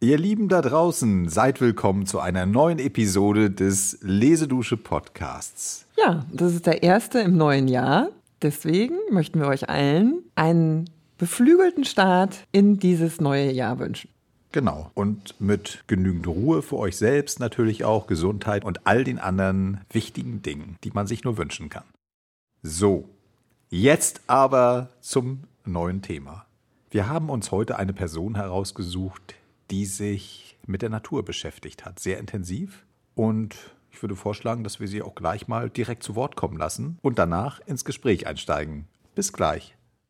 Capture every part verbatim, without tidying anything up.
Ihr Lieben da draußen, seid willkommen zu einer neuen Episode des Lesedusche Podcasts. Ja, das ist der erste im neuen Jahr. Deswegen möchten wir euch allen einen beflügelten Start in dieses neue Jahr wünschen. Genau. Und mit genügend Ruhe für euch selbst, natürlich auch Gesundheit und all den anderen wichtigen Dingen, die man sich nur wünschen kann. So, jetzt aber zum neuen Thema. Wir haben uns heute eine Person herausgesucht, die sich mit der Natur beschäftigt hat, sehr intensiv. Und ich würde vorschlagen, dass wir sie auch gleich mal direkt zu Wort kommen lassen und danach ins Gespräch einsteigen. Bis gleich.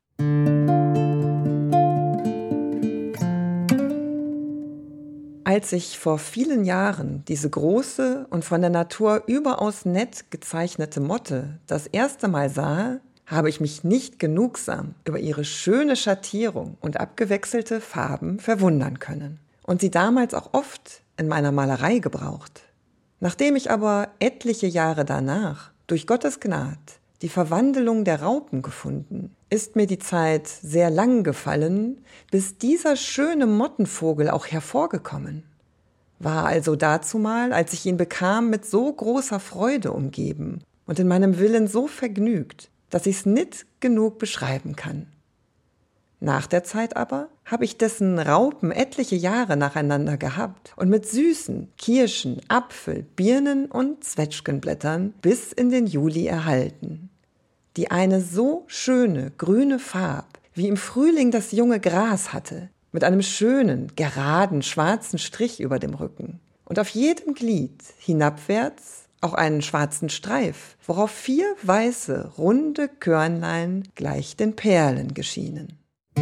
Als ich vor vielen Jahren diese große und von der Natur überaus nett gezeichnete Motte das erste Mal sah, habe ich mich nicht genugsam über ihre schöne Schattierung und abgewechselte Farben verwundern können und sie damals auch oft in meiner Malerei gebraucht. Nachdem ich aber etliche Jahre danach durch Gottes Gnad die Verwandlung der Raupen gefunden, ist mir die Zeit sehr lang gefallen, bis dieser schöne Mottenvogel auch hervorgekommen. War also dazumal, als ich ihn bekam, mit so großer Freude umgeben und in meinem Willen so vergnügt, dass ich's nicht genug beschreiben kann. Nach der Zeit aber habe ich dessen Raupen etliche Jahre nacheinander gehabt und mit süßen Kirschen, Apfel, Birnen und Zwetschgenblättern bis in den Juli erhalten, die eine so schöne grüne Farb wie im Frühling das junge Gras hatte, mit einem schönen, geraden, schwarzen Strich über dem Rücken und auf jedem Glied hinabwärts auch einen schwarzen Streif, worauf vier weiße, runde Körnlein gleich den Perlen geschienen.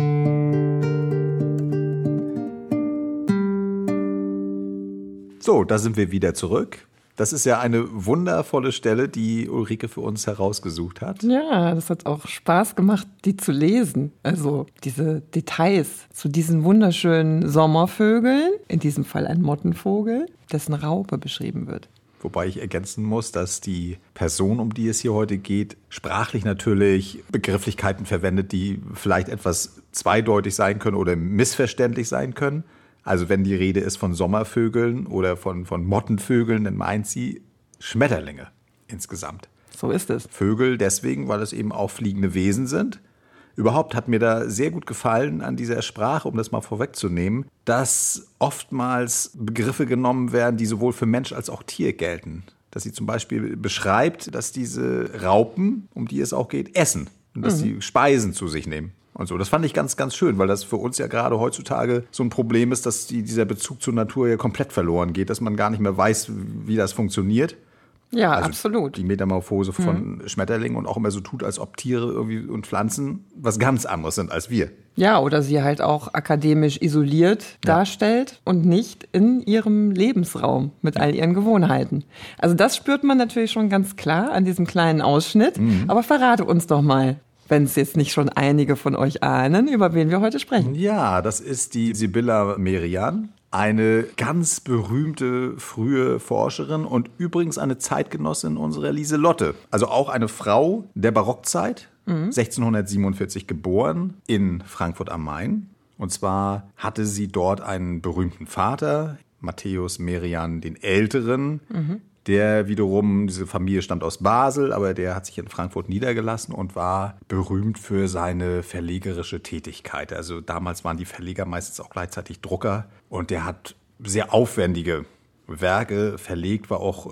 So, da sind wir wieder zurück. Das ist ja eine wundervolle Stelle, die Ulrike für uns herausgesucht hat. Ja, das hat auch Spaß gemacht, die zu lesen. Also diese Details zu diesen wunderschönen Sommervögeln, in diesem Fall ein Mottenvogel, dessen Raupe beschrieben wird. Wobei ich ergänzen muss, dass die Person, um die es hier heute geht, sprachlich natürlich Begrifflichkeiten verwendet, die vielleicht etwas zweideutig sein können oder missverständlich sein können. Also wenn die Rede ist von Sommervögeln oder von, von Mottenvögeln, dann meint sie Schmetterlinge insgesamt. So ist es. Vögel deswegen, weil es eben auch fliegende Wesen sind. Überhaupt hat mir da sehr gut gefallen an dieser Sprache, um das mal vorwegzunehmen, dass oftmals Begriffe genommen werden, die sowohl für Mensch als auch Tier gelten. Dass sie zum Beispiel beschreibt, dass diese Raupen, um die es auch geht, essen und dass sie mhm. Speisen zu sich nehmen. Und so. Das fand ich ganz, ganz schön, weil das für uns ja gerade heutzutage so ein Problem ist, dass die, dieser Bezug zur Natur ja komplett verloren geht, dass man gar nicht mehr weiß, wie das funktioniert. Ja, also absolut. Die Metamorphose von mhm. Schmetterlingen und auch immer so tut, als ob Tiere irgendwie und Pflanzen was ganz anderes sind als wir. Ja, oder sie halt auch akademisch isoliert ja. darstellt und nicht in ihrem Lebensraum mit all ihren Gewohnheiten. Also das spürt man natürlich schon ganz klar an diesem kleinen Ausschnitt. Mhm. Aber verrate uns doch mal, wenn es jetzt nicht schon einige von euch ahnen, über wen wir heute sprechen. Ja, das ist die Sibylla Merian. Eine ganz berühmte frühe Forscherin und übrigens eine Zeitgenossin unserer Lieselotte. Also auch eine Frau der Barockzeit, mhm. sechzehnhundertsiebenundvierzig geboren in Frankfurt am Main. Und zwar hatte sie dort einen berühmten Vater, Matthäus Merian den Älteren. Mhm. Der wiederum, diese Familie stammt aus Basel, aber der hat sich in Frankfurt niedergelassen und war berühmt für seine verlegerische Tätigkeit. Also damals waren die Verleger meistens auch gleichzeitig Drucker und der hat sehr aufwendige Werke verlegt, war auch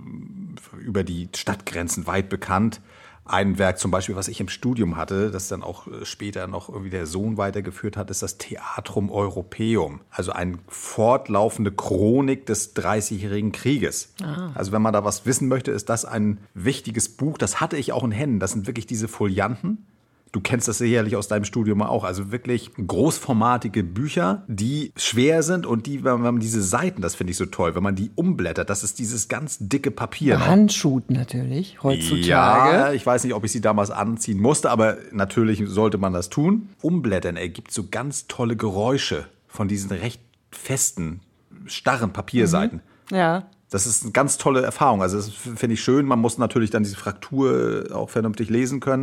äh, über die Stadtgrenzen weit bekannt. Ein Werk zum Beispiel, was ich im Studium hatte, das dann auch später noch irgendwie der Sohn weitergeführt hat, ist das Theatrum Europaeum. Also eine fortlaufende Chronik des Dreißigjährigen Krieges. Ah. Also wenn man da was wissen möchte, ist das ein wichtiges Buch. Das hatte ich auch in Händen. Das sind wirklich diese Folianten. Du kennst das sicherlich aus deinem Studium auch. Also wirklich großformatige Bücher, die schwer sind und die, wenn man diese Seiten, das finde ich so toll, wenn man die umblättert, das ist dieses ganz dicke Papier. Handschut natürlich heutzutage. Ja, ich weiß nicht, ob ich sie damals anziehen musste, aber natürlich sollte man das tun. Umblättern ergibt so ganz tolle Geräusche von diesen recht festen, starren Papierseiten. Mhm. Ja. Das ist eine ganz tolle Erfahrung. Also das finde ich schön. Man muss natürlich dann diese Fraktur auch vernünftig lesen können.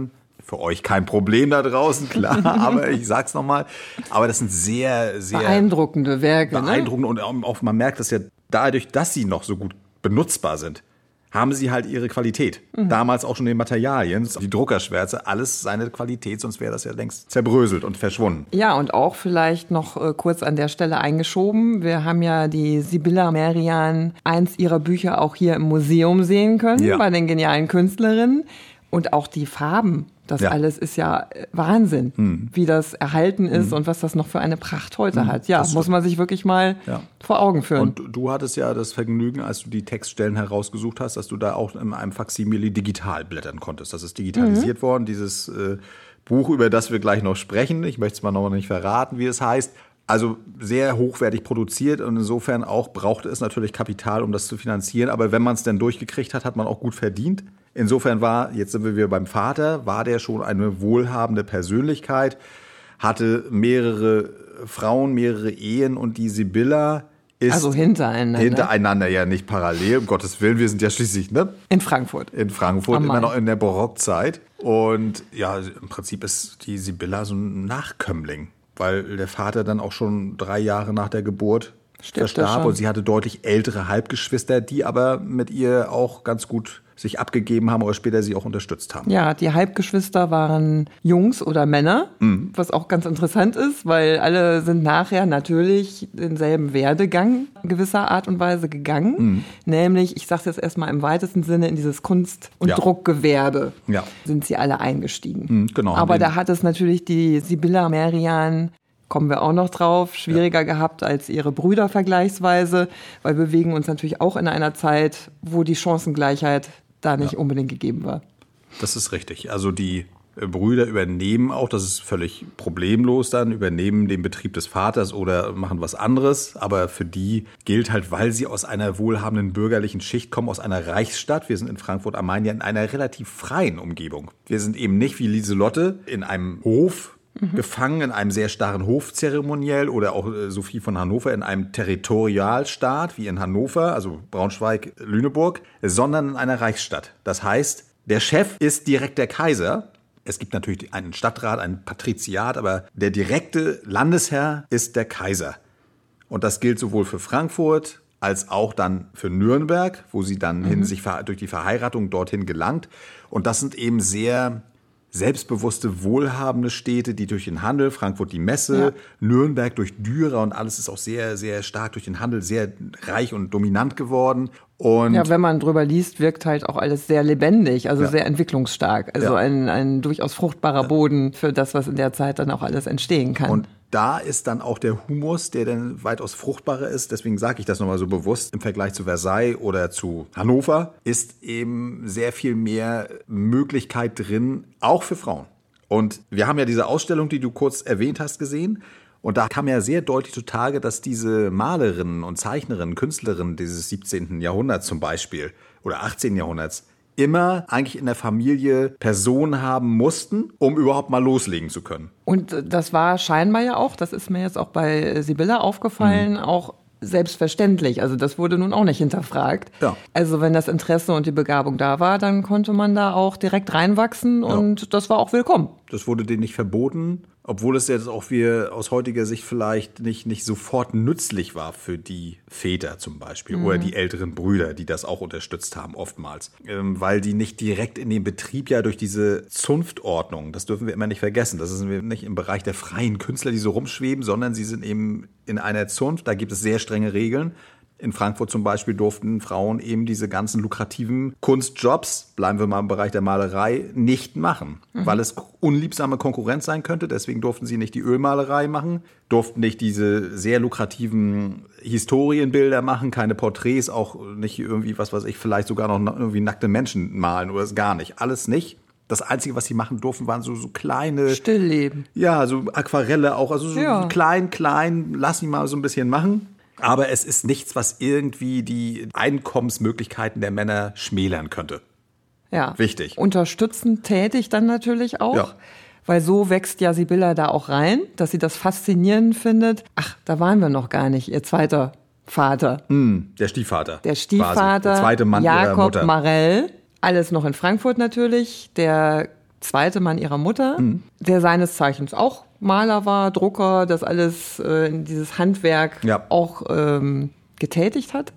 Für euch kein Problem da draußen, klar, aber ich sag's nochmal. Aber das sind sehr, sehr beeindruckende Werke. Beeindruckende ne? Und auch man merkt, dass ja dadurch, dass sie noch so gut benutzbar sind, haben sie halt ihre Qualität. Mhm. Damals auch schon die Materialien, die Druckerschwärze, alles seine Qualität, sonst wäre das ja längst zerbröselt und verschwunden. Ja, und auch vielleicht noch äh, kurz an der Stelle eingeschoben. Wir haben ja die Sibylla Merian, eins ihrer Bücher auch hier im Museum sehen können, ja. bei den genialen Künstlerinnen. Und auch die Farben, das ja. alles ist ja Wahnsinn, hm. wie das erhalten ist hm. und was das noch für eine Pracht heute hm. hat. Ja, das muss man sich wirklich mal ja. vor Augen führen. Und du hattest ja das Vergnügen, als du die Textstellen herausgesucht hast, dass du da auch in einem Faksimile digital blättern konntest. Das ist digitalisiert mhm. worden, dieses äh, Buch, über das wir gleich noch sprechen. Ich möchte es mal noch nicht verraten, wie es heißt. Also sehr hochwertig produziert und insofern auch brauchte es natürlich Kapital, um das zu finanzieren. Aber wenn man es denn durchgekriegt hat, hat man auch gut verdient. Insofern war, jetzt sind wir wieder beim Vater, war der schon eine wohlhabende Persönlichkeit, hatte mehrere Frauen, mehrere Ehen und die Sibylla ist... Also hintereinander. Hintereinander, ja nicht parallel, um Gottes Willen, wir sind ja schließlich, ne? In Frankfurt. In Frankfurt, immer noch in der Barockzeit. Und ja, im Prinzip ist die Sibylla so ein Nachkömmling, weil der Vater dann auch schon drei Jahre nach der Geburt Stimmt, verstarb und sie hatte deutlich ältere Halbgeschwister, die aber mit ihr auch ganz gut sich abgegeben haben oder später sie auch unterstützt haben. Ja, die Halbgeschwister waren Jungs oder Männer, mhm. was auch ganz interessant ist, weil alle sind nachher natürlich denselben Werdegang gewisser Art und Weise gegangen. Mhm. Nämlich, ich sage es jetzt erstmal im weitesten Sinne, in dieses Kunst- und ja. Druckgewerbe ja. sind sie alle eingestiegen. Mhm, genau. Aber da hat es natürlich die Sibylla Merian, kommen wir auch noch drauf, schwieriger ja. gehabt als ihre Brüder vergleichsweise, weil wir bewegen uns natürlich auch in einer Zeit, wo die Chancengleichheit da nicht ja. unbedingt gegeben war. Das ist richtig. Also die Brüder übernehmen auch, das ist völlig problemlos dann, übernehmen den Betrieb des Vaters oder machen was anderes. Aber für die gilt halt, weil sie aus einer wohlhabenden bürgerlichen Schicht kommen, aus einer Reichsstadt. Wir sind in Frankfurt am Main ja in einer relativ freien Umgebung. Wir sind eben nicht wie Lieselotte in einem Hof mhm. gefangen, in einem sehr starren Hofzeremoniell oder auch Sophie von Hannover in einem Territorialstaat wie in Hannover, also Braunschweig, Lüneburg, sondern in einer Reichsstadt. Das heißt, der Chef ist direkt der Kaiser. Es gibt natürlich einen Stadtrat, ein Patriziat, aber der direkte Landesherr ist der Kaiser. Und das gilt sowohl für Frankfurt als auch dann für Nürnberg, wo sie dann mhm. hin sich durch die Verheiratung dorthin gelangt. Und das sind eben sehr selbstbewusste, wohlhabende Städte, die durch den Handel, Frankfurt die Messe, ja. Nürnberg durch Dürer und alles ist auch sehr, sehr stark durch den Handel, sehr reich und dominant geworden. Und ja, wenn man drüber liest, wirkt halt auch alles sehr lebendig, also ja. sehr entwicklungsstark. Also ja. ein, ein durchaus fruchtbarer ja. Boden für das, was in der Zeit dann auch alles entstehen kann. Und da ist dann auch der Humus, der dann weitaus fruchtbarer ist, deswegen sage ich das nochmal so bewusst, im Vergleich zu Versailles oder zu Hannover, ist eben sehr viel mehr Möglichkeit drin, auch für Frauen. Und wir haben ja diese Ausstellung, die du kurz erwähnt hast, gesehen. Und da kam ja sehr deutlich zutage, dass diese Malerinnen und Zeichnerinnen, Künstlerinnen dieses siebzehnten. Jahrhunderts zum Beispiel oder achtzehnten. Jahrhunderts immer eigentlich in der Familie Personen haben mussten, um überhaupt mal loslegen zu können. Und das war scheinbar ja auch, das ist mir jetzt auch bei Sibylla aufgefallen, mhm. auch selbstverständlich. Also das wurde nun auch nicht hinterfragt. Ja. Also wenn das Interesse und die Begabung da war, dann konnte man da auch direkt reinwachsen und ja. das war auch willkommen. Das wurde denen nicht verboten. Obwohl es jetzt auch wir aus heutiger Sicht vielleicht nicht, nicht sofort nützlich war für die Väter zum Beispiel mhm. oder die älteren Brüder, die das auch unterstützt haben oftmals. Ähm, weil die nicht direkt in den Betrieb ja durch diese Zunftordnung, das dürfen wir immer nicht vergessen, das sind wir nicht im Bereich der freien Künstler, die so rumschweben, sondern sie sind eben in einer Zunft, da gibt es sehr strenge Regeln. In Frankfurt zum Beispiel durften Frauen eben diese ganzen lukrativen Kunstjobs, bleiben wir mal im Bereich der Malerei, nicht machen, mhm. weil es unliebsame Konkurrenz sein könnte. Deswegen durften sie nicht die Ölmalerei machen, durften nicht diese sehr lukrativen Historienbilder machen, keine Porträts, auch nicht irgendwie, was weiß ich, vielleicht sogar noch irgendwie nackte Menschen malen oder das gar nicht. Alles nicht. Das Einzige, was sie machen durften, waren so, so kleine... Stillleben. Ja, so Aquarelle auch, also so ja. klein, klein, lass sie mal so ein bisschen machen. Aber es ist nichts, was irgendwie die Einkommensmöglichkeiten der Männer schmälern könnte. Ja. Wichtig. Unterstützend tätig dann natürlich auch. Ja. Weil so wächst ja Sibylla da auch rein, dass sie das faszinierend findet. Ach, da waren wir noch gar nicht, ihr zweiter Vater. Mm, der Stiefvater. Der Stiefvater, der zweite Mann Jakob ihrer Mutter. Marell. Alles noch in Frankfurt natürlich. Der zweite Mann ihrer Mutter, mhm. der seines Zeichens auch Maler war, Drucker, das alles äh, in dieses Handwerk ja. auch ähm, getätigt hat.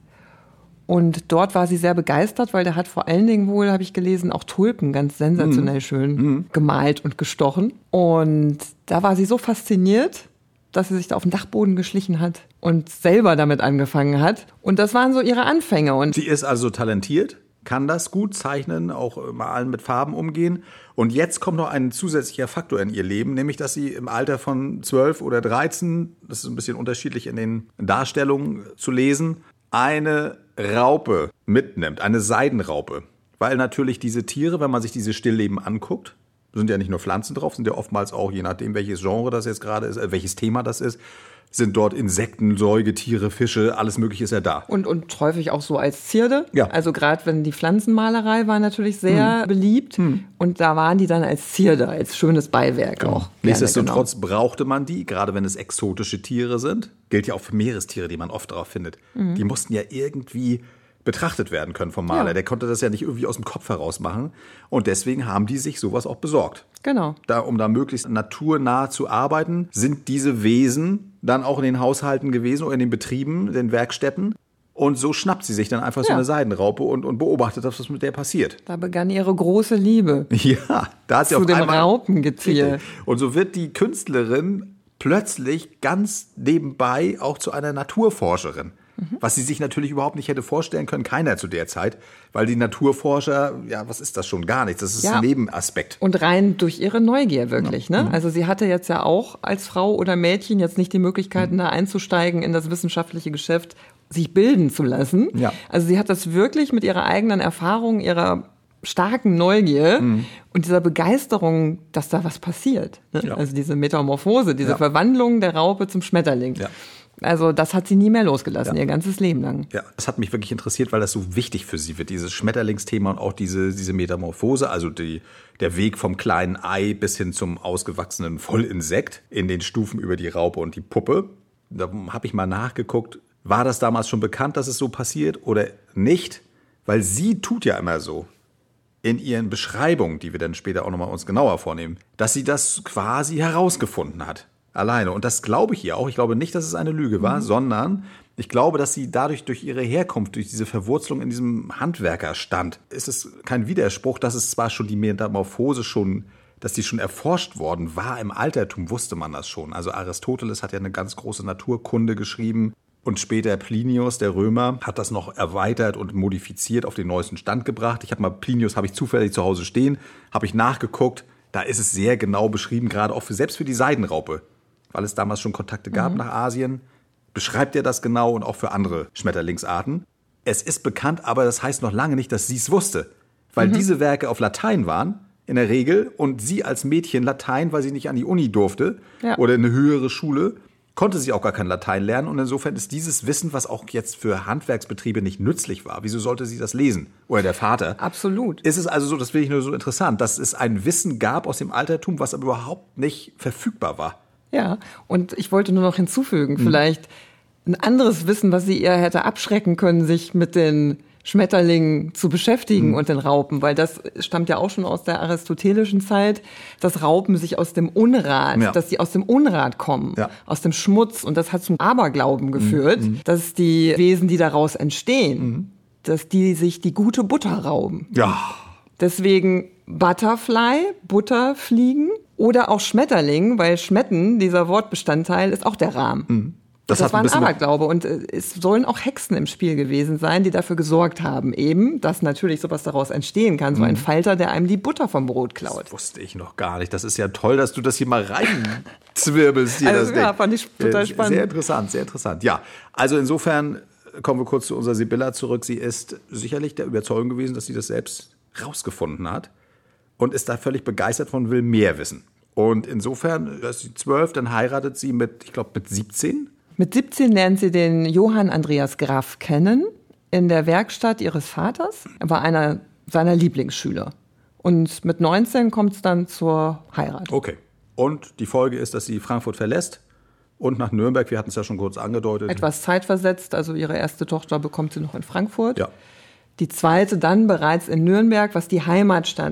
Und dort war sie sehr begeistert, weil der hat vor allen Dingen wohl, habe ich gelesen, auch Tulpen ganz sensationell mhm. schön mhm. gemalt und gestochen. Und da war sie so fasziniert, dass sie sich da auf den Dachboden geschlichen hat und selber damit angefangen hat. Und das waren so ihre Anfänge. Und sie ist also talentiert, kann das gut zeichnen, auch malen, mit Farben umgehen. Und jetzt kommt noch ein zusätzlicher Faktor in ihr Leben, nämlich, dass sie im Alter von zwölf oder dreizehn, das ist ein bisschen unterschiedlich in den Darstellungen zu lesen, eine Raupe mitnimmt, eine Seidenraupe. Weil natürlich diese Tiere, wenn man sich diese Stillleben anguckt, sind ja nicht nur Pflanzen drauf, sind ja oftmals auch, je nachdem welches Genre das jetzt gerade ist, äh, welches Thema das ist, sind dort Insekten, Säugetiere, Fische, alles Mögliche ist ja da. Und, und häufig auch so als Zierde. Ja. Also gerade wenn die Pflanzenmalerei war natürlich sehr hm. beliebt. Hm. Und da waren die dann als Zierde, als schönes Beiwerk genau. auch. Nichtsdestotrotz genau. brauchte man die, gerade wenn es exotische Tiere sind. Gilt ja auch für Meerestiere, die man oft drauf findet. Mhm. Die mussten ja irgendwie betrachtet werden können vom Maler. Ja. Der konnte das ja nicht irgendwie aus dem Kopf heraus machen. Und deswegen haben die sich sowas auch besorgt. Genau. Da, um da möglichst naturnah zu arbeiten, sind diese Wesen dann auch in den Haushalten gewesen oder in den Betrieben, den Werkstätten. Und so schnappt sie sich dann einfach ja. so eine Seidenraupe und, und beobachtet, was mit der passiert. Da begann ihre große Liebe. Ja, da hat sie zu auf dem einmal Raupengetier. Und so wird die Künstlerin plötzlich ganz nebenbei auch zu einer Naturforscherin. Mhm. Was sie sich natürlich überhaupt nicht hätte vorstellen können, keiner zu der Zeit, weil die Naturforscher, ja, was ist das schon? Gar nichts, das ist ja. ein Nebenaspekt. Und rein durch ihre Neugier wirklich, ja. ne? Mhm. Also sie hatte jetzt ja auch als Frau oder Mädchen jetzt nicht die Möglichkeiten, mhm. da einzusteigen in das wissenschaftliche Geschäft, sich bilden zu lassen. Ja. Also sie hat das wirklich mit ihrer eigenen Erfahrung, ihrer starken Neugier mhm. und dieser Begeisterung, dass da was passiert. Ne? Ja. Also diese Metamorphose, diese ja. Verwandlung der Raupe zum Schmetterling. Ja. Also das hat sie nie mehr losgelassen, ja. ihr ganzes Leben lang. Ja, das hat mich wirklich interessiert, weil das so wichtig für sie wird, dieses Schmetterlingsthema und auch diese, diese Metamorphose, also die, der Weg vom kleinen Ei bis hin zum ausgewachsenen Vollinsekt in den Stufen über die Raupe und die Puppe. Da habe ich mal nachgeguckt, war das damals schon bekannt, dass es so passiert oder nicht? Weil sie tut ja immer so in ihren Beschreibungen, die wir dann später auch nochmal uns genauer vornehmen, dass sie das quasi herausgefunden hat. Alleine. Und das glaube ich ihr auch. Ich glaube nicht, dass es eine Lüge war, mhm. sondern ich glaube, dass sie dadurch, durch ihre Herkunft, durch diese Verwurzelung in diesem Handwerkerstand, ist es kein Widerspruch, dass es zwar schon die Metamorphose schon, dass die schon erforscht worden war. Im Altertum wusste man das schon. Also Aristoteles hat ja eine ganz große Naturkunde geschrieben. Und später Plinius, der Römer, hat das noch erweitert und modifiziert, auf den neuesten Stand gebracht. Ich habe mal Plinius, habe ich zufällig zu Hause stehen, habe ich nachgeguckt. Da ist es sehr genau beschrieben, gerade auch für, selbst für die Seidenraupe. Weil es damals schon Kontakte gab mhm. nach Asien, beschreibt er das genau und auch für andere Schmetterlingsarten. Es ist bekannt, aber das heißt noch lange nicht, dass sie es wusste. Weil mhm. diese Werke auf Latein waren, in der Regel, und sie als Mädchen Latein, weil sie nicht an die Uni durfte ja. oder in eine höhere Schule, konnte sie auch gar kein Latein lernen. Und insofern ist dieses Wissen, was auch jetzt für Handwerksbetriebe nicht nützlich war, wieso sollte sie das lesen? Oder der Vater. Absolut. Ist es also so, das finde ich nur so interessant, dass es ein Wissen gab aus dem Altertum, was aber überhaupt nicht verfügbar war. Ja, und ich wollte nur noch hinzufügen, mhm. vielleicht ein anderes Wissen, was sie ihr hätte abschrecken können, sich mit den Schmetterlingen zu beschäftigen mhm. und den Raupen, weil das stammt ja auch schon aus der aristotelischen Zeit, dass Raupen sich aus dem Unrat, ja. dass sie aus dem Unrat kommen, ja. aus dem Schmutz, und das hat zum Aberglauben geführt, mhm. dass die Wesen, die daraus entstehen, mhm. dass die sich die gute Butter rauben. Ja. Deswegen Butterfly, Butterfliegen oder auch Schmetterling, weil Schmetten, dieser Wortbestandteil, ist auch der Rahm. Mhm. Das, das war ein Aberglaube, und es sollen auch Hexen im Spiel gewesen sein, die dafür gesorgt haben, eben, dass natürlich sowas daraus entstehen kann, so ein Falter, der einem die Butter vom Brot klaut. Das wusste ich noch gar nicht. Das ist ja toll, dass du das hier mal reinzwirbelst. Hier also das ja, Ding. Fand ich total spannend. Sehr interessant, sehr interessant. Ja, also insofern kommen wir kurz zu unserer Sibylla zurück. Sie ist sicherlich der Überzeugung gewesen, dass sie das selbst rausgefunden hat und ist da völlig begeistert von, will mehr wissen. Und insofern, ist sie zwölf, dann heiratet sie mit, ich glaube, mit siebzehn. Mit siebzehn lernt sie den Johann Andreas Graff kennen in der Werkstatt ihres Vaters. Er war einer seiner Lieblingsschüler. Und mit neunzehn kommt es dann zur Heirat. Okay. Und die Folge ist, dass sie Frankfurt verlässt und nach Nürnberg, wir hatten es ja schon kurz angedeutet. Etwas zeitversetzt, also ihre erste Tochter bekommt sie noch in Frankfurt. Ja. Die zweite dann bereits in Nürnberg, was die Heimatstadt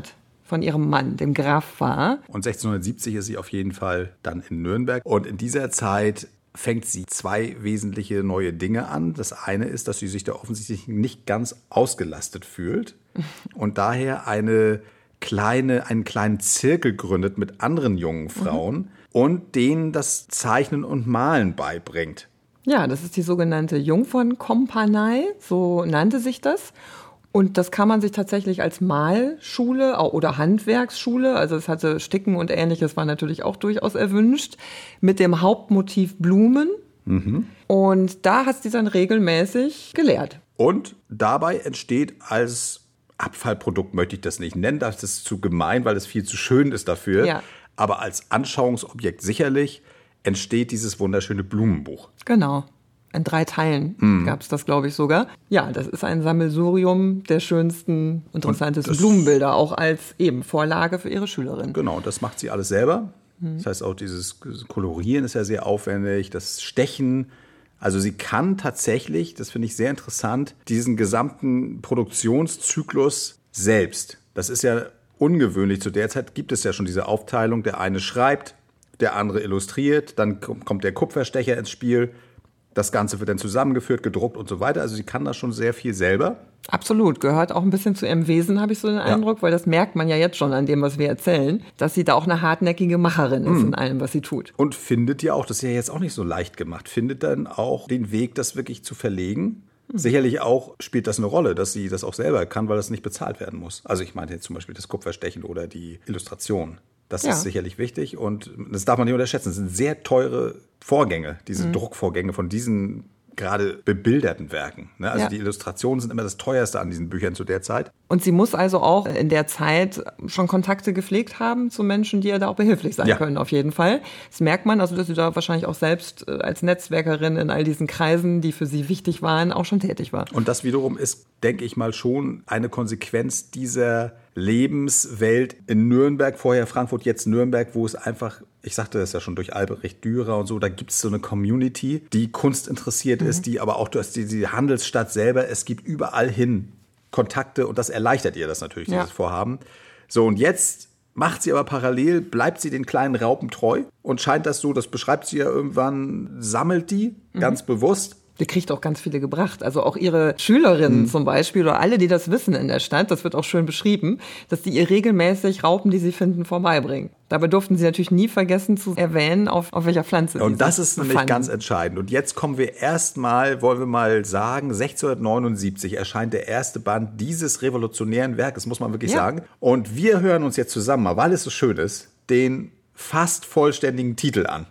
von ihrem Mann, dem Graf, war. Und sechzehnhundertsiebzig ist sie auf jeden Fall dann in Nürnberg. Und in dieser Zeit fängt sie zwei wesentliche neue Dinge an. Das eine ist, dass sie sich da offensichtlich nicht ganz ausgelastet fühlt und daher eine kleine, einen kleinen Zirkel gründet mit anderen jungen Frauen mhm. und denen das Zeichnen und Malen beibringt. Ja, das ist die sogenannte Jungfernkompanie, so nannte sich das. Und das kann man sich tatsächlich als Malschule oder Handwerksschule, also es hatte Sticken und Ähnliches, war natürlich auch durchaus erwünscht, mit dem Hauptmotiv Blumen. Mhm. Und da hat sie dann regelmäßig gelehrt. Und dabei entsteht als Abfallprodukt, möchte ich das nicht nennen, das ist zu gemein, weil es viel zu schön ist dafür, ja. aber als Anschauungsobjekt sicherlich entsteht dieses wunderschöne Blumenbuch. Genau. In drei Teilen mm. gab es das, glaube ich, sogar. Ja, das ist ein Sammelsurium der schönsten, interessantesten Blumenbilder, auch als eben Vorlage für ihre Schülerin. Genau, das macht sie alles selber. Mm. Das heißt, auch dieses Kolorieren ist ja sehr aufwendig, das Stechen. Also sie kann tatsächlich, das finde ich sehr interessant, diesen gesamten Produktionszyklus selbst. Das ist ja ungewöhnlich. Zu der Zeit gibt es ja schon diese Aufteilung. Der eine schreibt, der andere illustriert, dann kommt der Kupferstecher ins Spiel. Das Ganze wird dann zusammengeführt, gedruckt und so weiter. Also sie kann das schon sehr viel selber. Absolut, gehört auch ein bisschen zu ihrem Wesen, habe ich so den Eindruck, ja. weil das merkt man ja jetzt schon an dem, was wir erzählen, dass sie da auch eine hartnäckige Macherin ist mhm. in allem, was sie tut. Und findet ja auch, das ist ja jetzt auch nicht so leicht gemacht, findet dann auch den Weg, das wirklich zu verlegen. Mhm. Sicherlich auch spielt das eine Rolle, dass sie das auch selber kann, weil das nicht bezahlt werden muss. Also ich meine jetzt zum Beispiel das Kupferstechen oder die Illustration. Das ja. ist sicherlich wichtig und das darf man nicht unterschätzen. Das sind sehr teure Vorgänge, diese mhm. Druckvorgänge von diesen gerade bebilderten Werken. Ne? Also ja. die Illustrationen sind immer das teuerste an diesen Büchern zu der Zeit. Und sie muss also auch in der Zeit schon Kontakte gepflegt haben zu Menschen, die ihr da auch behilflich sein ja. können, auf jeden Fall. Das merkt man, also dass sie da wahrscheinlich auch selbst als Netzwerkerin in all diesen Kreisen, die für sie wichtig waren, auch schon tätig war. Und das wiederum ist, denke ich mal, schon eine Konsequenz dieser Lebenswelt in Nürnberg, vorher Frankfurt, jetzt Nürnberg, wo es einfach, ich sagte das ja schon durch Albrecht Dürer und so, da gibt es so eine Community, die kunstinteressiert mhm. ist, die aber auch durch die, die Handelsstadt selber, es gibt überall hin Kontakte und das erleichtert ihr das natürlich, ja. dieses Vorhaben. So, und jetzt macht sie aber parallel, bleibt sie den kleinen Raupen treu und scheint das so, das beschreibt sie ja irgendwann, sammelt die mhm. ganz bewusst. Die kriegt auch ganz viele gebracht. Also auch ihre Schülerinnen mhm. zum Beispiel oder alle, die das wissen in der Stadt, das wird auch schön beschrieben, dass die ihr regelmäßig Raupen, die sie finden, vorbeibringen. Dabei durften sie natürlich nie vergessen zu erwähnen, auf, auf welcher Pflanze sie Und das ist befanden. Nämlich ganz entscheidend. Und jetzt kommen wir erstmal, wollen wir mal sagen, sechzehnhundertneunundsiebzig erscheint der erste Band dieses revolutionären Werkes, muss man wirklich ja. sagen. Und wir hören uns jetzt zusammen mal, weil es so schön ist, den fast vollständigen Titel an.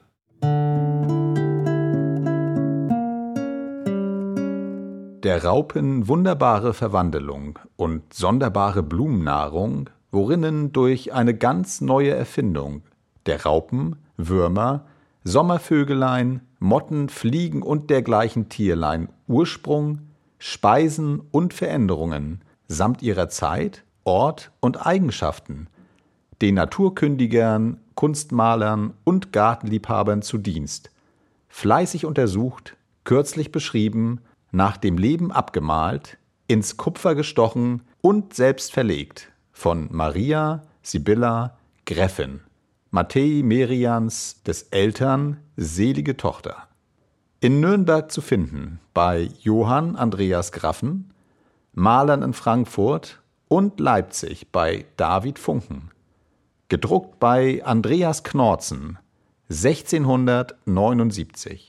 Der Raupen wunderbare Verwandelung und sonderbare Blumennahrung, worinnen durch eine ganz neue Erfindung der Raupen, Würmer, Sommervögelein, Motten, Fliegen und dergleichen Tierlein Ursprung, Speisen und Veränderungen samt ihrer Zeit, Ort und Eigenschaften den Naturkündigern, Kunstmalern und Gartenliebhabern zu Dienst, fleißig untersucht, kürzlich beschrieben, nach dem Leben abgemalt, ins Kupfer gestochen und selbst verlegt von Maria Sibylla Gräffin, Matthäi Merians des Eltern selige Tochter. In Nürnberg zu finden bei Johann Andreas Graffen, Malern in Frankfurt und Leipzig bei David Funken. Gedruckt bei Andreas Knorzen, sechzehnhundertneunundsiebzig.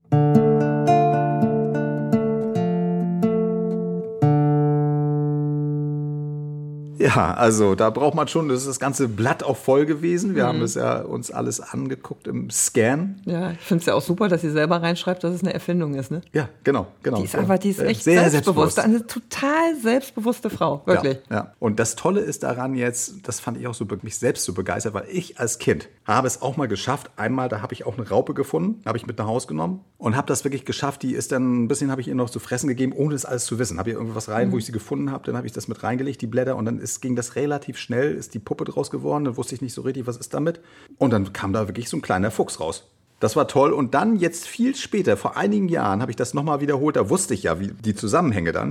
Ja, also da braucht man schon, das ist das ganze Blatt auch voll gewesen. Wir mhm. haben das ja uns alles angeguckt im Scan. Ja, ich finde es ja auch super, dass sie selber reinschreibt, dass es eine Erfindung ist, ne? Ja, genau, genau. Die ist einfach, die ist echt sehr selbstbewusst. selbstbewusst. Eine total selbstbewusste Frau, wirklich. Ja, ja. Und das Tolle ist daran jetzt, das fand ich auch so, mich selbst so begeistert, weil ich als Kind habe es auch mal geschafft. Einmal, da habe ich auch eine Raupe gefunden, habe ich mit nach Hause genommen und habe das wirklich geschafft. Die ist dann, ein bisschen habe ich ihr noch zu fressen gegeben, ohne das alles zu wissen. Habe ihr irgendwas rein, mhm. wo ich sie gefunden habe, dann habe ich das mit reingelegt, die Blätter, und dann ist, ging das relativ schnell, ist die Puppe draus geworden, dann wusste ich nicht so richtig, was ist damit. Und dann kam da wirklich so ein kleiner Fuchs raus. Das war toll. Und dann jetzt viel später, vor einigen Jahren, habe ich das nochmal wiederholt, da wusste ich ja wie die Zusammenhänge dann.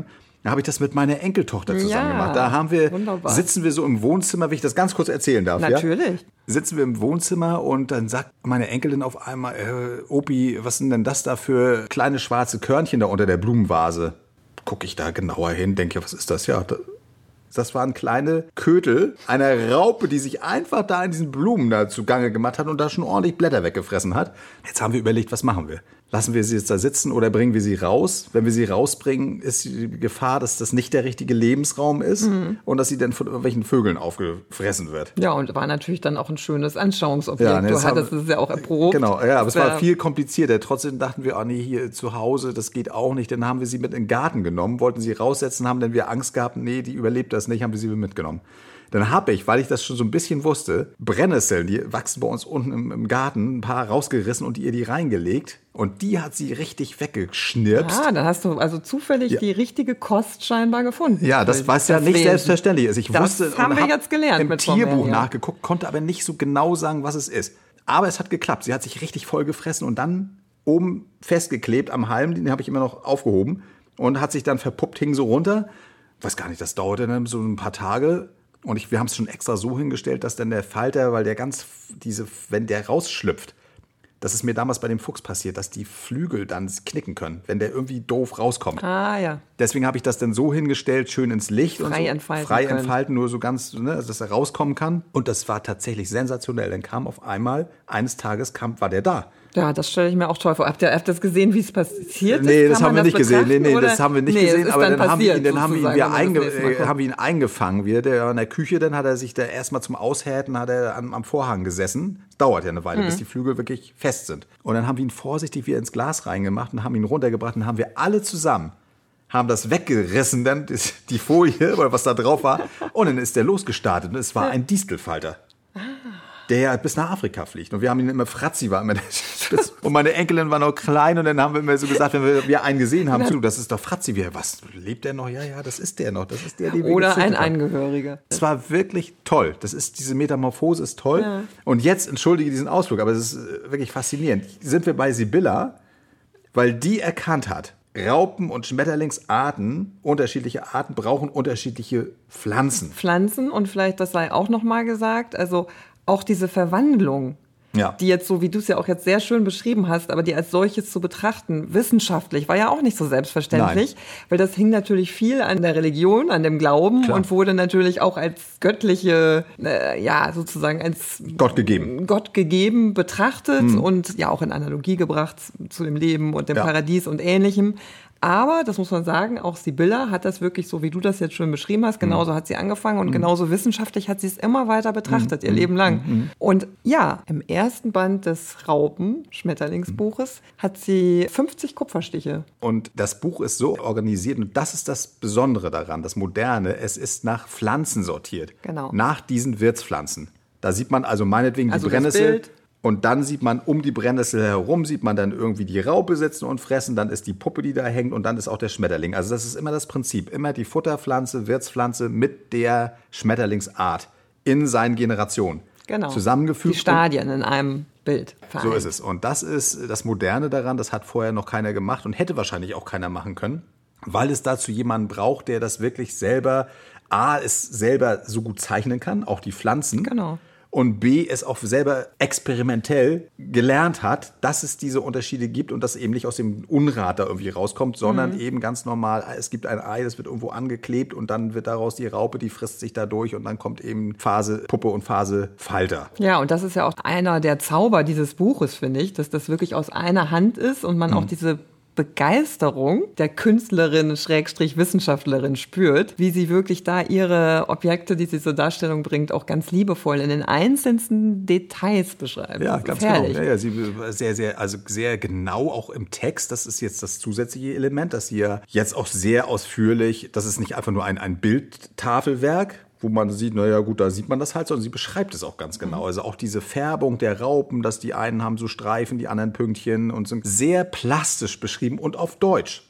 Da habe ich das mit meiner Enkeltochter zusammen Ja, gemacht. Da haben wir, wunderbar. sitzen wir so im Wohnzimmer, wenn ich das ganz kurz erzählen darf. Natürlich. Ja? Sitzen wir im Wohnzimmer und dann sagt meine Enkelin auf einmal, äh, Opi, was sind denn das da für kleine schwarze Körnchen da unter der Blumenvase? Gucke ich da genauer hin, denke, was ist das? Ja, da, das waren kleine Kötel einer Raupe, die sich einfach da in diesen Blumen da zugange gemacht hat und da schon ordentlich Blätter weggefressen hat. Jetzt haben wir überlegt, was machen wir? Lassen wir sie jetzt da sitzen oder bringen wir sie raus? Wenn wir sie rausbringen, ist die Gefahr, dass das nicht der richtige Lebensraum ist mhm. und dass sie dann von irgendwelchen Vögeln aufgefressen wird. Ja, und war natürlich dann auch ein schönes Anschauungsobjekt. Ja, ne, du hattest haben, es ja auch erprobt. Genau, ja, aber es war ja. viel komplizierter. Trotzdem dachten wir, oh nee, hier zu Hause, das geht auch nicht. Dann haben wir sie mit in den Garten genommen, wollten sie raussetzen, haben dann wir Angst gehabt, nee, die überlebt das nicht, haben wir sie mitgenommen. Dann habe ich, weil ich das schon so ein bisschen wusste, Brennnesseln, die wachsen bei uns unten im, im Garten, ein paar rausgerissen und ihr die reingelegt. Und die hat sie richtig weggeschnirpst. Ah, dann hast du also zufällig ja. die richtige Kost scheinbar gefunden. Ja, das was ja nicht selbstverständlich ist. Ich das wusste haben wir hab jetzt gelernt im mit Tierbuch nachgeguckt, konnte aber nicht so genau sagen, was es ist. Aber es hat geklappt. Sie hat sich richtig voll gefressen und dann oben festgeklebt am Halm, den habe ich immer noch aufgehoben und hat sich dann verpuppt, hing so runter. Weiß gar nicht, das dauerte dann so ein paar Tage. Und ich, wir haben es schon extra so hingestellt, dass dann der Falter, weil der ganz, diese, wenn der rausschlüpft, das ist mir damals bei dem Fuchs passiert, dass die Flügel dann knicken können, wenn der irgendwie doof rauskommt. Ah, ja. Deswegen habe ich das dann so hingestellt, schön ins Licht. Frei und so. entfalten Frei können. entfalten, nur so ganz, ne, dass er rauskommen kann. Und das war tatsächlich sensationell. Dann kam auf einmal, eines Tages kam, war der da. Ja, das stelle ich mir auch toll vor. Habt ihr, habt ihr das gesehen, wie es passiert ist? Nee, das Kann haben wir das nicht gesehen. Nee, nee, oder? das haben wir nicht nee, gesehen. Aber dann, haben wir ihn, dann haben wir ihn, wir einge, haben wir ihn eingefangen. Wir, der in der Küche, dann hat er sich da erstmal zum Aushärten hat er am, am Vorhang gesessen. Das dauert ja eine Weile, hm. bis die Flügel wirklich fest sind. Und dann haben wir ihn vorsichtig wieder ins Glas reingemacht und haben ihn runtergebracht und haben wir alle zusammen haben das weggerissen, dann die Folie, was da drauf war. Und dann ist der losgestartet und es war ein Distelfalter. Ah. Der bis nach Afrika fliegt. Und wir haben ihn immer, Fratzi war immer der Spitz. Und meine Enkelin war noch klein und dann haben wir immer so gesagt, wenn wir, wir einen gesehen haben, du, das ist doch Fratzi. Wir, was, lebt der noch? Ja, ja, das ist der noch. Das ist der, den wir Oder ein haben. Angehöriger. Es war wirklich toll. Das ist, diese Metamorphose ist toll. Ja. Und jetzt, entschuldige diesen Ausflug, aber es ist wirklich faszinierend. Sind wir bei Sibylla, weil die erkannt hat, Raupen- und Schmetterlingsarten, unterschiedliche Arten, brauchen unterschiedliche Pflanzen. Pflanzen und vielleicht, das sei auch noch mal gesagt, also auch diese Verwandlung, ja. die jetzt so, wie du es ja auch jetzt sehr schön beschrieben hast, aber die als solches zu betrachten, wissenschaftlich, war ja auch nicht so selbstverständlich, Nein. weil das hing natürlich viel an der Religion, an dem Glauben Klar. und wurde natürlich auch als göttliche, äh, ja, sozusagen als Gott gegeben, Gott gegeben betrachtet mhm. und ja auch in Analogie gebracht zu dem Leben und dem ja. Paradies und Ähnlichem. Aber, das muss man sagen, auch Sibylla hat das wirklich so, wie du das jetzt schön beschrieben hast, genauso mhm. hat sie angefangen und mhm. genauso wissenschaftlich hat sie es immer weiter betrachtet, mhm. ihr Leben lang. Mhm. Und ja, im ersten Band des Raupen-Schmetterlingsbuches mhm. hat sie fünfzig Kupferstiche. Und das Buch ist so organisiert, und das ist das Besondere daran, das Moderne, es ist nach Pflanzen sortiert. Genau. Nach diesen Wirtspflanzen. Da sieht man also meinetwegen die also Brennnessel. Und dann sieht man um die Brennnessel herum, sieht man dann irgendwie die Raupe sitzen und fressen, dann ist die Puppe, die da hängt und dann ist auch der Schmetterling. Also das ist immer das Prinzip, immer die Futterpflanze, Wirtspflanze mit der Schmetterlingsart in seinen Generationen genau. zusammengefügt. Die Stadien in einem Bild vereint. So ist es. Und das ist das Moderne daran, das hat vorher noch keiner gemacht und hätte wahrscheinlich auch keiner machen können, weil es dazu jemanden braucht, der das wirklich selber, A, es selber so gut zeichnen kann, auch die Pflanzen. Genau. Und B, es auch selber experimentell gelernt hat, dass es diese Unterschiede gibt und dass eben nicht aus dem Unrat da irgendwie rauskommt, sondern mhm. eben ganz normal, es gibt ein Ei, das wird irgendwo angeklebt und dann wird daraus die Raupe, die frisst sich da durch und dann kommt eben Phase Puppe und Phase Falter. Ja, und das ist ja auch einer der Zauber dieses Buches, finde ich, dass das wirklich aus einer Hand ist und man mhm. auch diese Begeisterung der Künstlerin, Schrägstrich Wissenschaftlerin spürt, wie sie wirklich da ihre Objekte, die sie zur Darstellung bringt, auch ganz liebevoll in den einzelnen Details beschreibt. Ja, ganz genau. Ja, ja, sie sehr, sehr, also sehr genau auch im Text. Das ist jetzt das zusätzliche Element, dass sie ja jetzt auch sehr ausführlich, das ist nicht einfach nur ein, ein Bildtafelwerk, wo man sieht, naja gut, da sieht man das halt, sondern sie beschreibt es auch ganz genau. Also auch diese Färbung der Raupen, dass die einen haben so Streifen, die anderen Pünktchen und sind sehr plastisch beschrieben und auf Deutsch.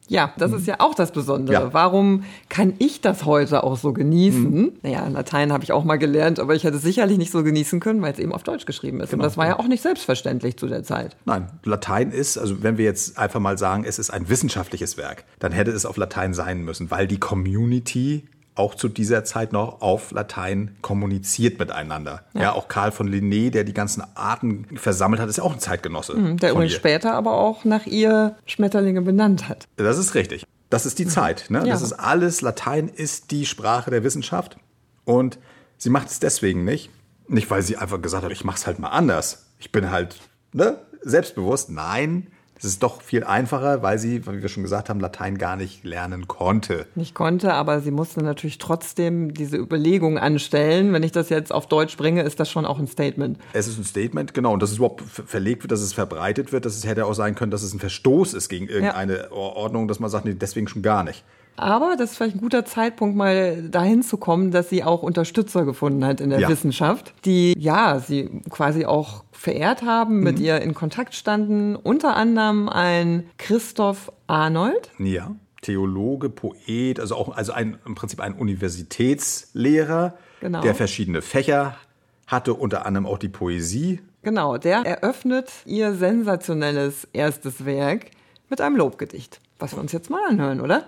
Ja, das ist ja auch das Besondere. Ja. Warum kann ich das heute auch so genießen? Mhm. Naja, Latein habe ich auch mal gelernt, aber ich hätte es sicherlich nicht so genießen können, weil es eben auf Deutsch geschrieben ist. Genau. Und das war ja auch nicht selbstverständlich zu der Zeit. Nein, Latein ist, also wenn wir jetzt einfach mal sagen, es ist ein wissenschaftliches Werk, dann hätte es auf Latein sein müssen, weil die Community auch zu dieser Zeit noch auf Latein kommuniziert miteinander. Ja, ja auch Karl von Linné, der die ganzen Arten versammelt hat, ist ja auch ein Zeitgenosse. Mhm, der übrigens später aber auch nach ihr Schmetterlinge benannt hat. Das ist richtig. Das ist die mhm. Zeit. Ne? Ja. Das ist alles, Latein ist die Sprache der Wissenschaft. Und sie macht es deswegen nicht. Nicht, weil sie einfach gesagt hat, ich mach's halt mal anders. Ich bin halt ne, selbstbewusst. Nein, es ist doch viel einfacher, weil sie, wie wir schon gesagt haben, Latein gar nicht lernen konnte. Nicht konnte, aber sie musste natürlich trotzdem diese Überlegung anstellen. Wenn ich das jetzt auf Deutsch bringe, ist das schon auch ein Statement. Es ist ein Statement, genau. Und dass es überhaupt verlegt wird, dass es verbreitet wird, dass es hätte auch sein können, dass es ein Verstoß ist gegen irgendeine ja. Ordnung, dass man sagt, nee, deswegen schon gar nicht. Aber das ist vielleicht ein guter Zeitpunkt, mal dahin zu kommen, dass sie auch Unterstützer gefunden hat in der ja. Wissenschaft, die ja sie quasi auch verehrt haben, mit mhm. ihr in Kontakt standen. Unter anderem ein Christoph Arnold. Ja, Theologe, Poet, also auch also ein, im Prinzip ein Universitätslehrer, genau. der verschiedene Fächer hatte, unter anderem auch die Poesie. Genau, der eröffnet ihr sensationelles erstes Werk mit einem Lobgedicht. Was wir uns jetzt mal anhören, oder?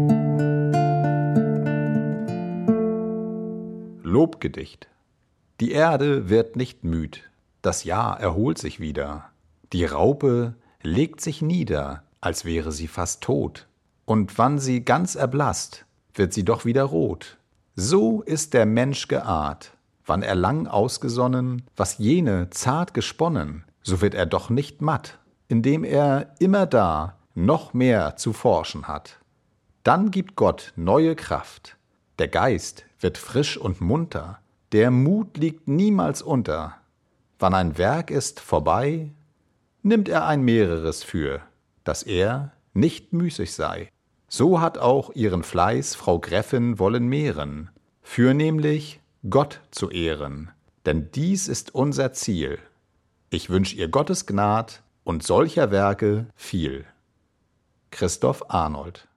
Lobgedicht. Die Erde wird nicht müd, das Jahr erholt sich wieder. Die Raupe legt sich nieder, als wäre sie fast tot. Und wann sie ganz erblasst, wird sie doch wieder rot. So ist der Mensch geart. Wann er lang ausgesonnen, was jene zart gesponnen, so wird er doch nicht matt, indem er immer da noch mehr zu forschen hat. Dann gibt Gott neue Kraft. Der Geist wird frisch und munter. Der Mut liegt niemals unter. Wann ein Werk ist vorbei, nimmt er ein mehreres für, dass er nicht müßig sei. So hat auch ihren Fleiß Frau Gräfin wollen mehren, für nämlich Gott zu ehren. Denn dies ist unser Ziel. Ich wünsch ihr Gottes Gnad und solcher Werke viel. Christoph Arnold.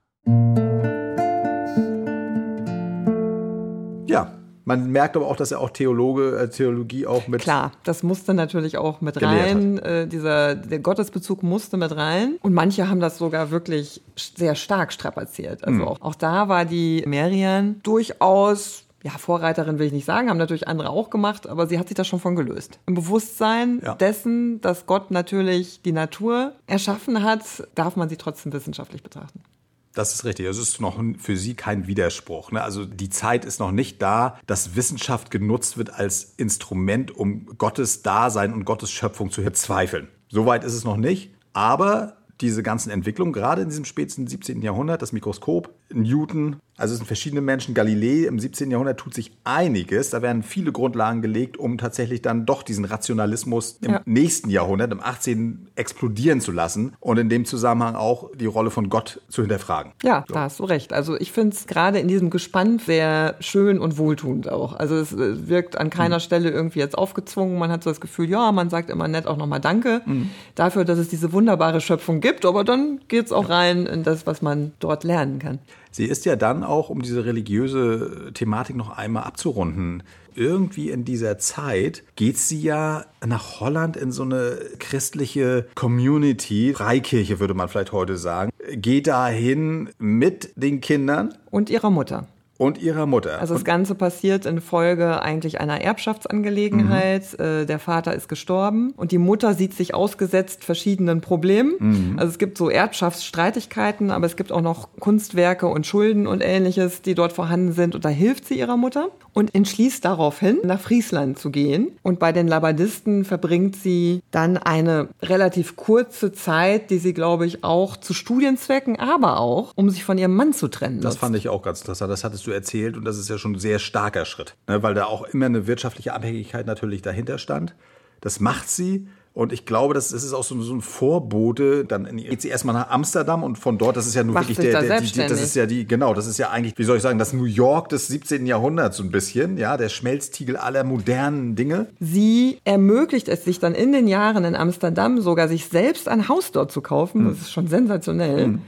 Ja, man merkt aber auch, dass er auch Theologe, äh, Theologie auch mit... Klar, das musste natürlich auch mit rein. Äh, dieser, der Gottesbezug musste mit rein. Und manche haben das sogar wirklich sehr stark strapaziert. Also mhm. auch, auch da war die Marian durchaus... Ja, Vorreiterin will ich nicht sagen, haben natürlich andere auch gemacht, aber sie hat sich da schon von gelöst. Im Bewusstsein ja. dessen, dass Gott natürlich die Natur erschaffen hat, darf man sie trotzdem wissenschaftlich betrachten. Das ist richtig. Es ist noch für sie kein Widerspruch. Ne? Also die Zeit ist noch nicht da, dass Wissenschaft genutzt wird als Instrument, um Gottes Dasein und Gottes Schöpfung zu bezweifeln. Soweit ist es noch nicht, aber diese ganzen Entwicklungen, gerade in diesem späten siebzehnten Jahrhundert, das Mikroskop, Newton, also es sind verschiedene Menschen, Galilei, im siebzehnten Jahrhundert tut sich einiges. Da werden viele Grundlagen gelegt, um tatsächlich dann doch diesen Rationalismus im ja. nächsten Jahrhundert, im achtzehnten explodieren zu lassen und in dem Zusammenhang auch die Rolle von Gott zu hinterfragen. Ja, so. Da hast du recht. Also ich finde es gerade in diesem Gespann sehr schön und wohltuend auch. Also es wirkt an keiner mhm. Stelle irgendwie jetzt aufgezwungen. Man hat so das Gefühl, ja, man sagt immer nett auch nochmal Danke mhm. dafür, dass es diese wunderbare Schöpfung gibt. Aber dann geht es auch ja. rein in das, was man dort lernen kann. Sie ist ja dann auch, um diese religiöse Thematik noch einmal abzurunden, irgendwie in dieser Zeit geht sie ja nach Holland in so eine christliche Community, Freikirche würde man vielleicht heute sagen, geht dahin mit den Kindern. Und ihrer Mutter. Und ihrer Mutter. Also das Ganze passiert infolge eigentlich einer Erbschaftsangelegenheit. Mhm. Äh, der Vater ist gestorben und die Mutter sieht sich ausgesetzt verschiedenen Problemen. Mhm. Also es gibt so Erbschaftsstreitigkeiten, aber es gibt auch noch Kunstwerke und Schulden und Ähnliches, die dort vorhanden sind. Und da hilft sie ihrer Mutter und entschließt daraufhin, nach Friesland zu gehen. Und bei den Labadisten verbringt sie dann eine relativ kurze Zeit, die sie, glaube ich, auch zu Studienzwecken, aber auch, um sich von ihrem Mann zu trennen. Das fand ich auch ganz interessant. Das hattest du erzählt und das ist ja schon ein sehr starker Schritt, ne, weil da auch immer eine wirtschaftliche Abhängigkeit natürlich dahinter stand. Das macht sie und ich glaube, das ist auch so, so ein Vorbote. Dann geht sie erstmal nach Amsterdam und von dort, das ist ja nun macht wirklich der, da der die, die, das ist ja die, genau, das ist ja eigentlich, wie soll ich sagen, das New York des siebzehnten Jahrhunderts so ein bisschen, ja, der Schmelztiegel aller modernen Dinge. Sie ermöglicht es sich dann in den Jahren in Amsterdam sogar, sich selbst ein Haus dort zu kaufen. Hm. Das ist schon sensationell. Hm.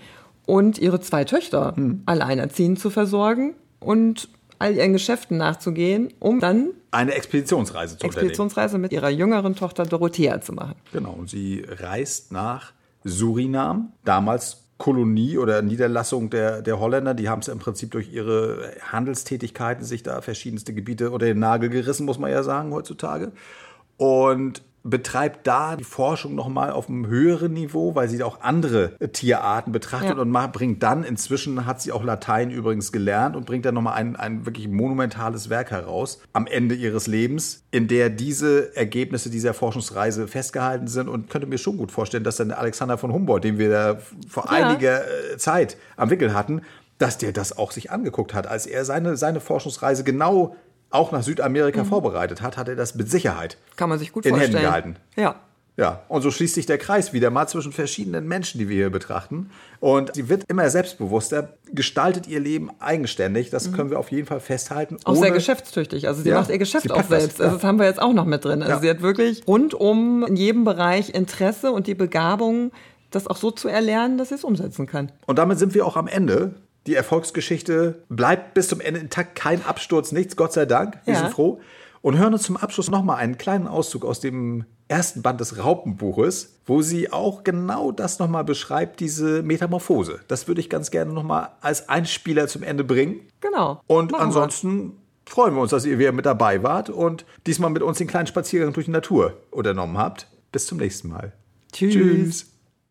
und ihre zwei Töchter hm. alleinerziehend zu versorgen und all ihren Geschäften nachzugehen, um dann eine Expeditionsreise zu Expeditionsreise mit ihrer jüngeren Tochter Dorothea zu machen. Genau, und sie reist nach Surinam, damals Kolonie oder Niederlassung der, der Holländer. Die haben es im Prinzip durch ihre Handelstätigkeiten sich da verschiedenste Gebiete unter den Nagel gerissen, muss man ja sagen, heutzutage. Und betreibt da die Forschung nochmal auf einem höheren Niveau, weil sie auch andere Tierarten betrachtet ja. und macht, bringt dann, inzwischen hat sie auch Latein übrigens gelernt und bringt dann nochmal ein, ein wirklich monumentales Werk heraus am Ende ihres Lebens, in der diese Ergebnisse dieser Forschungsreise festgehalten sind, und könnte mir schon gut vorstellen, dass dann der Alexander von Humboldt, den wir da vor ja. einiger Zeit am Wickel hatten, dass der das auch sich angeguckt hat, als er seine, seine Forschungsreise genau auch nach Südamerika mhm. vorbereitet hat, hat er das mit Sicherheit Kann man sich gut in vorstellen. Händen gehalten. Ja. Ja, und so schließt sich der Kreis wieder mal zwischen verschiedenen Menschen, die wir hier betrachten. Und sie wird immer selbstbewusster, gestaltet ihr Leben eigenständig. Das mhm. können wir auf jeden Fall festhalten. Auch sehr geschäftstüchtig. Also sie ja, macht ihr Geschäft auch selbst. Das, ja. Also das haben wir jetzt auch noch mit drin. Also ja. sie hat wirklich rundum in jedem Bereich Interesse und die Begabung, das auch so zu erlernen, dass sie es umsetzen kann. Und damit sind wir auch am Ende. Die Erfolgsgeschichte bleibt bis zum Ende intakt, kein Absturz, nichts, Gott sei Dank. Wir ja. sind froh. Und hören uns zum Abschluss nochmal einen kleinen Auszug aus dem ersten Band des Raupenbuches, wo sie auch genau das nochmal beschreibt, diese Metamorphose. Das würde ich ganz gerne nochmal als Einspieler zum Ende bringen. Genau. Und ansonsten wir. freuen wir uns, dass ihr wieder mit dabei wart und diesmal mit uns den kleinen Spaziergang durch die Natur unternommen habt. Bis zum nächsten Mal. Tschüss. Tschüss.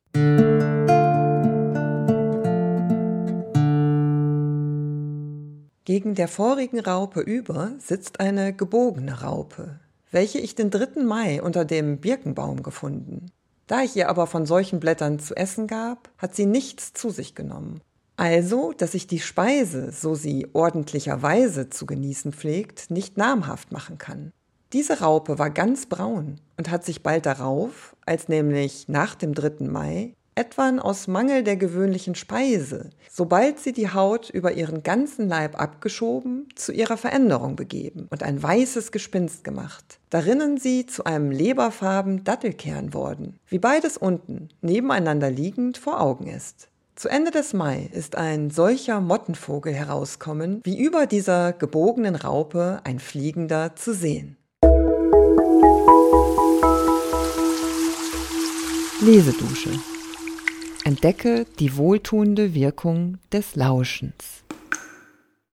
Gegen der vorigen Raupe über sitzt eine gebogene Raupe, welche ich den dritten Mai unter dem Birkenbaum gefunden. Da ich ihr aber von solchen Blättern zu essen gab, hat sie nichts zu sich genommen. Also, dass ich die Speise, so sie ordentlicherweise zu genießen pflegt, nicht namhaft machen kann. Diese Raupe war ganz braun und hat sich bald darauf, als nämlich nach dem dritten Mai, etwan aus Mangel der gewöhnlichen Speise, sobald sie die Haut über ihren ganzen Leib abgeschoben, zu ihrer Veränderung begeben und ein weißes Gespinst gemacht, darinnen sie zu einem leberfarben Dattelkern worden, wie beides unten, nebeneinander liegend, vor Augen ist. Zu Ende des Mai ist ein solcher Mottenvogel herauskommen, wie über dieser gebogenen Raupe ein Fliegender zu sehen. Lesedusche. Entdecke die wohltuende Wirkung des Lauschens.